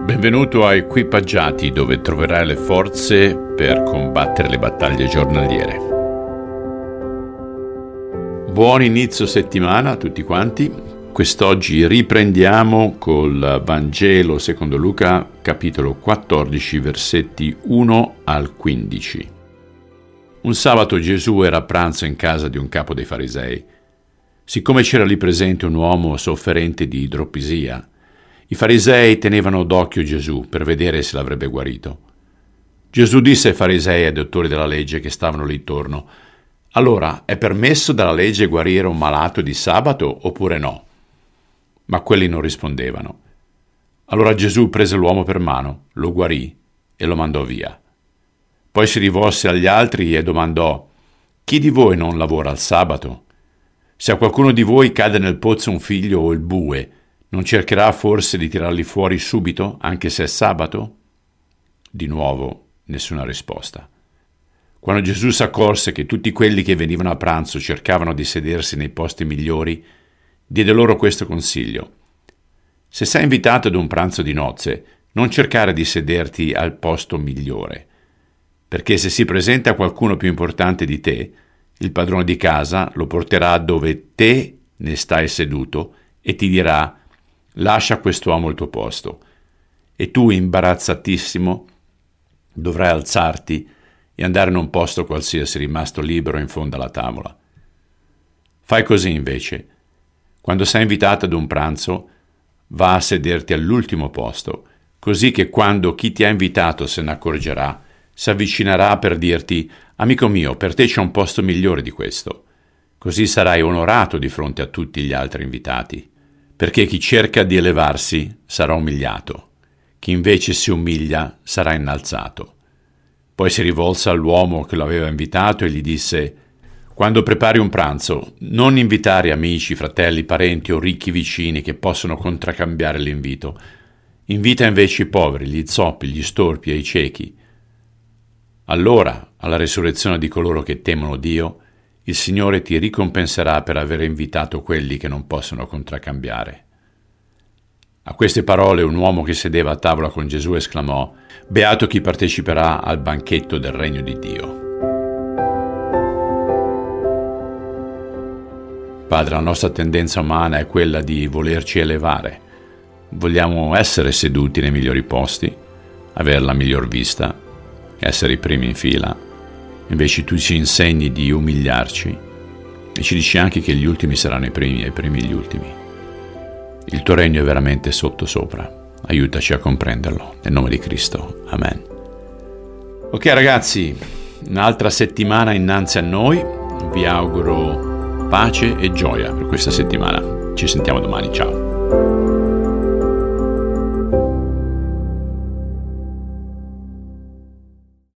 Benvenuto a Equipaggiati, dove troverai le forze per combattere le battaglie giornaliere. Buon inizio settimana a tutti quanti. Quest'oggi riprendiamo col Vangelo secondo Luca, capitolo 14, versetti 1 al 15. Un sabato Gesù era a pranzo in casa di un capo dei farisei. Siccome c'era lì presente un uomo sofferente di idropisia, i farisei tenevano d'occhio Gesù per vedere se l'avrebbe guarito. Gesù disse ai farisei e ai dottori della legge che stavano lì intorno: «Allora, è permesso dalla legge guarire un malato di sabato oppure no?» Ma quelli non rispondevano. Allora Gesù prese l'uomo per mano, lo guarì e lo mandò via. Poi si rivolse agli altri e domandò: «Chi di voi non lavora al sabato? Se a qualcuno di voi cade nel pozzo un figlio o il bue, non cercherà forse di tirarli fuori subito, anche se è sabato?» Di nuovo, nessuna risposta. Quando Gesù s'accorse che tutti quelli che venivano a pranzo cercavano di sedersi nei posti migliori, diede loro questo consiglio: «Se sei invitato ad un pranzo di nozze, non cercare di sederti al posto migliore, perché se si presenta qualcuno più importante di te, il padrone di casa lo porterà dove te ne stai seduto e ti dirà: lascia quest'uomo il tuo posto, e tu, imbarazzatissimo, dovrai alzarti e andare in un posto qualsiasi rimasto libero in fondo alla tavola. Fai così invece. Quando sei invitato ad un pranzo, va a sederti all'ultimo posto, così che quando chi ti ha invitato se ne accorgerà, si avvicinerà per dirti: amico mio, per te c'è un posto migliore di questo. Così sarai onorato di fronte a tutti gli altri invitati. Perché chi cerca di elevarsi sarà umiliato, chi invece si umilia sarà innalzato». Poi si rivolse all'uomo che lo aveva invitato e gli disse: «Quando prepari un pranzo, non invitare amici, fratelli, parenti o ricchi vicini che possono contraccambiare l'invito. Invita invece i poveri, gli zoppi, gli storpi e i ciechi. Allora, alla resurrezione di coloro che temono Dio, il Signore ti ricompenserà per aver invitato quelli che non possono contraccambiare». A queste parole un uomo che sedeva a tavola con Gesù esclamò: «Beato chi parteciperà al banchetto del regno di Dio». Padre, la nostra tendenza umana è quella di volerci elevare. Vogliamo essere seduti nei migliori posti, avere la miglior vista, essere i primi in fila. Invece tu ci insegni di umiliarci e ci dici anche che gli ultimi saranno i primi e i primi gli ultimi. Il tuo regno è veramente sopra. Aiutaci a comprenderlo. Nel nome di Cristo. Amen. Ok ragazzi, un'altra settimana innanzi a noi. Vi auguro pace e gioia per questa settimana. Ci sentiamo domani. Ciao.